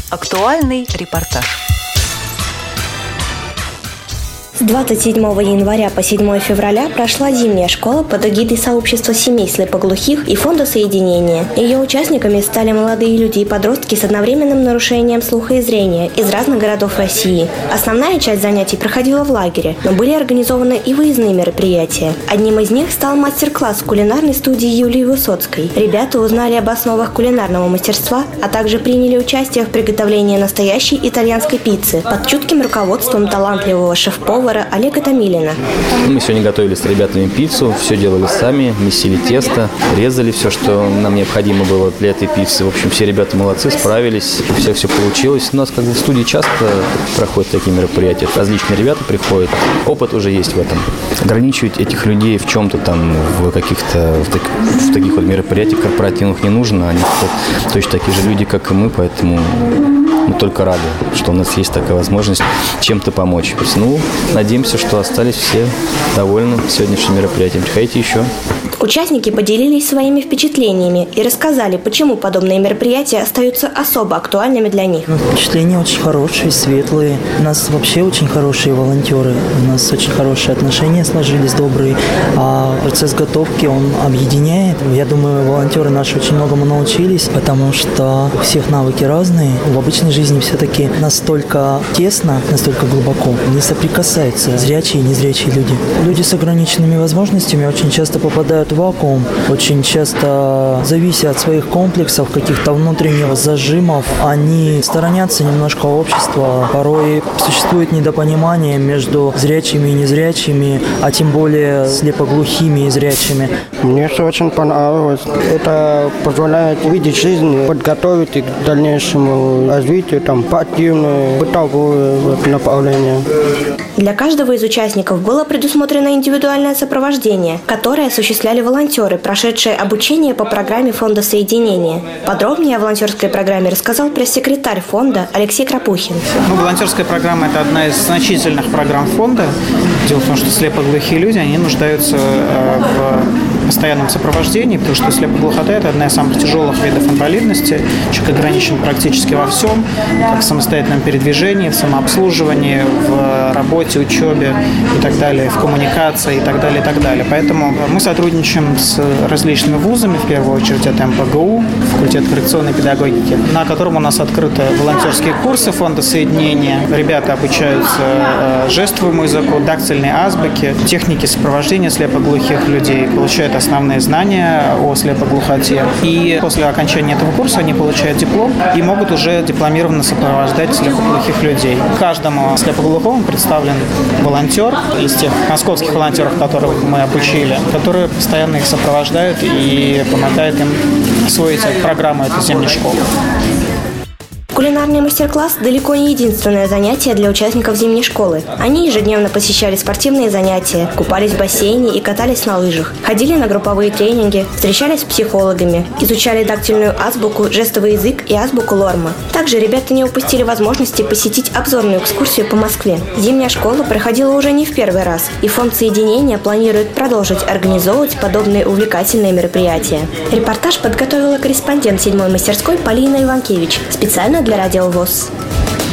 Актуальный репортаж. С 27 января по 7 февраля прошла зимняя школа под эгидой сообщества семей слепоглухих и фонда соединения. Ее участниками стали молодые люди и подростки с одновременным нарушением слуха и зрения из разных городов России. Основная часть занятий проходила в лагере, но были организованы и выездные мероприятия. Одним из них стал мастер-класс в кулинарной студии Юлии Высоцкой. Ребята узнали об основах кулинарного мастерства, а также приняли участие в приготовлении настоящей итальянской пиццы под чутким руководством талантливого шеф-повара Олега Томилина. Мы сегодня готовили с ребятами пиццу, все делали сами, месили тесто, резали все, что нам необходимо было для этой пиццы. В общем, все ребята молодцы, справились, у всех все получилось. У нас как бы в студии часто проходят такие мероприятия, различные ребята приходят, опыт уже есть в этом. Ограничивать этих людей в чем-то там, в каких-то, в таких вот мероприятиях корпоративных не нужно, они точно такие же люди, как и мы, поэтому мы только рады, что у нас есть такая возможность чем-то помочь. Ну, надеемся, что остались все довольны сегодняшним мероприятием. Приходите еще. Участники поделились своими впечатлениями и рассказали, почему подобные мероприятия остаются особо актуальными для них. Впечатления очень хорошие, светлые. У нас вообще очень хорошие волонтеры. У нас очень хорошие отношения сложились, добрые. А процесс готовки, он объединяет. Я думаю, волонтеры наши очень многому научились, потому что у всех навыки разные. В обычной жизни все-таки настолько тесно, настолько глубоко не соприкасаются зрячие и незрячие люди. Люди с ограниченными возможностями очень часто попадают в вакуум, очень часто, завися от своих комплексов, каких-то внутренних зажимов, они сторонятся немножко общества. Порой существует недопонимание между зрячими и незрячими, а тем более слепоглухими и зрячими. Мне все очень понравилось. Это позволяет видеть жизнь, подготовить к дальнейшему развитию, спортивное, бытовое направление. Для каждого из участников было предусмотрено индивидуальное сопровождение, которое осуществляли волонтеры, прошедшие обучение по программе Фонда соединения. Подробнее о волонтерской программе рассказал пресс-секретарь фонда Алексей Крапухин. Волонтерская программа – это одна из значительных программ фонда. Дело в том, что слепоглухие люди, они нуждаются в постоянном сопровождении, потому что слепоглухота – это одна из самых тяжелых видов инвалидности. Человек ограничен практически во всем, как в самостоятельном передвижении, в самообслуживании, в работе, учебе и так далее, в коммуникации и так далее, и так далее. Поэтому мы сотрудничаем с различными вузами, в первую очередь это МПГУ, факультет коррекционной педагогики, на котором у нас открыты волонтерские курсы Фонда соединения. Ребята обучаются жестовому языку, дактильной азбуке, технике сопровождения слепоглухих людей, получают основные знания о слепоглухоте. И после окончания этого курса они получают диплом и могут уже дипломированно сопровождать слепоглухих людей. Каждому слепоглухому представлен волонтер из тех московских волонтеров, которых мы обучили, которые постоянно их сопровождают и помогают им освоить программу этой зимней школы. Кулинарный мастер-класс – далеко не единственное занятие для участников зимней школы. Они ежедневно посещали спортивные занятия, купались в бассейне и катались на лыжах, ходили на групповые тренинги, встречались с психологами, изучали дактильную азбуку, жестовый язык и азбуку Лорма. Также ребята не упустили возможности посетить обзорную экскурсию по Москве. Зимняя школа проходила уже не в первый раз, и Фонд соединения планирует продолжить организовывать подобные увлекательные мероприятия. Репортаж подготовила корреспондент 7-й мастерской Полина Иванкевич специально для Радио ВОС.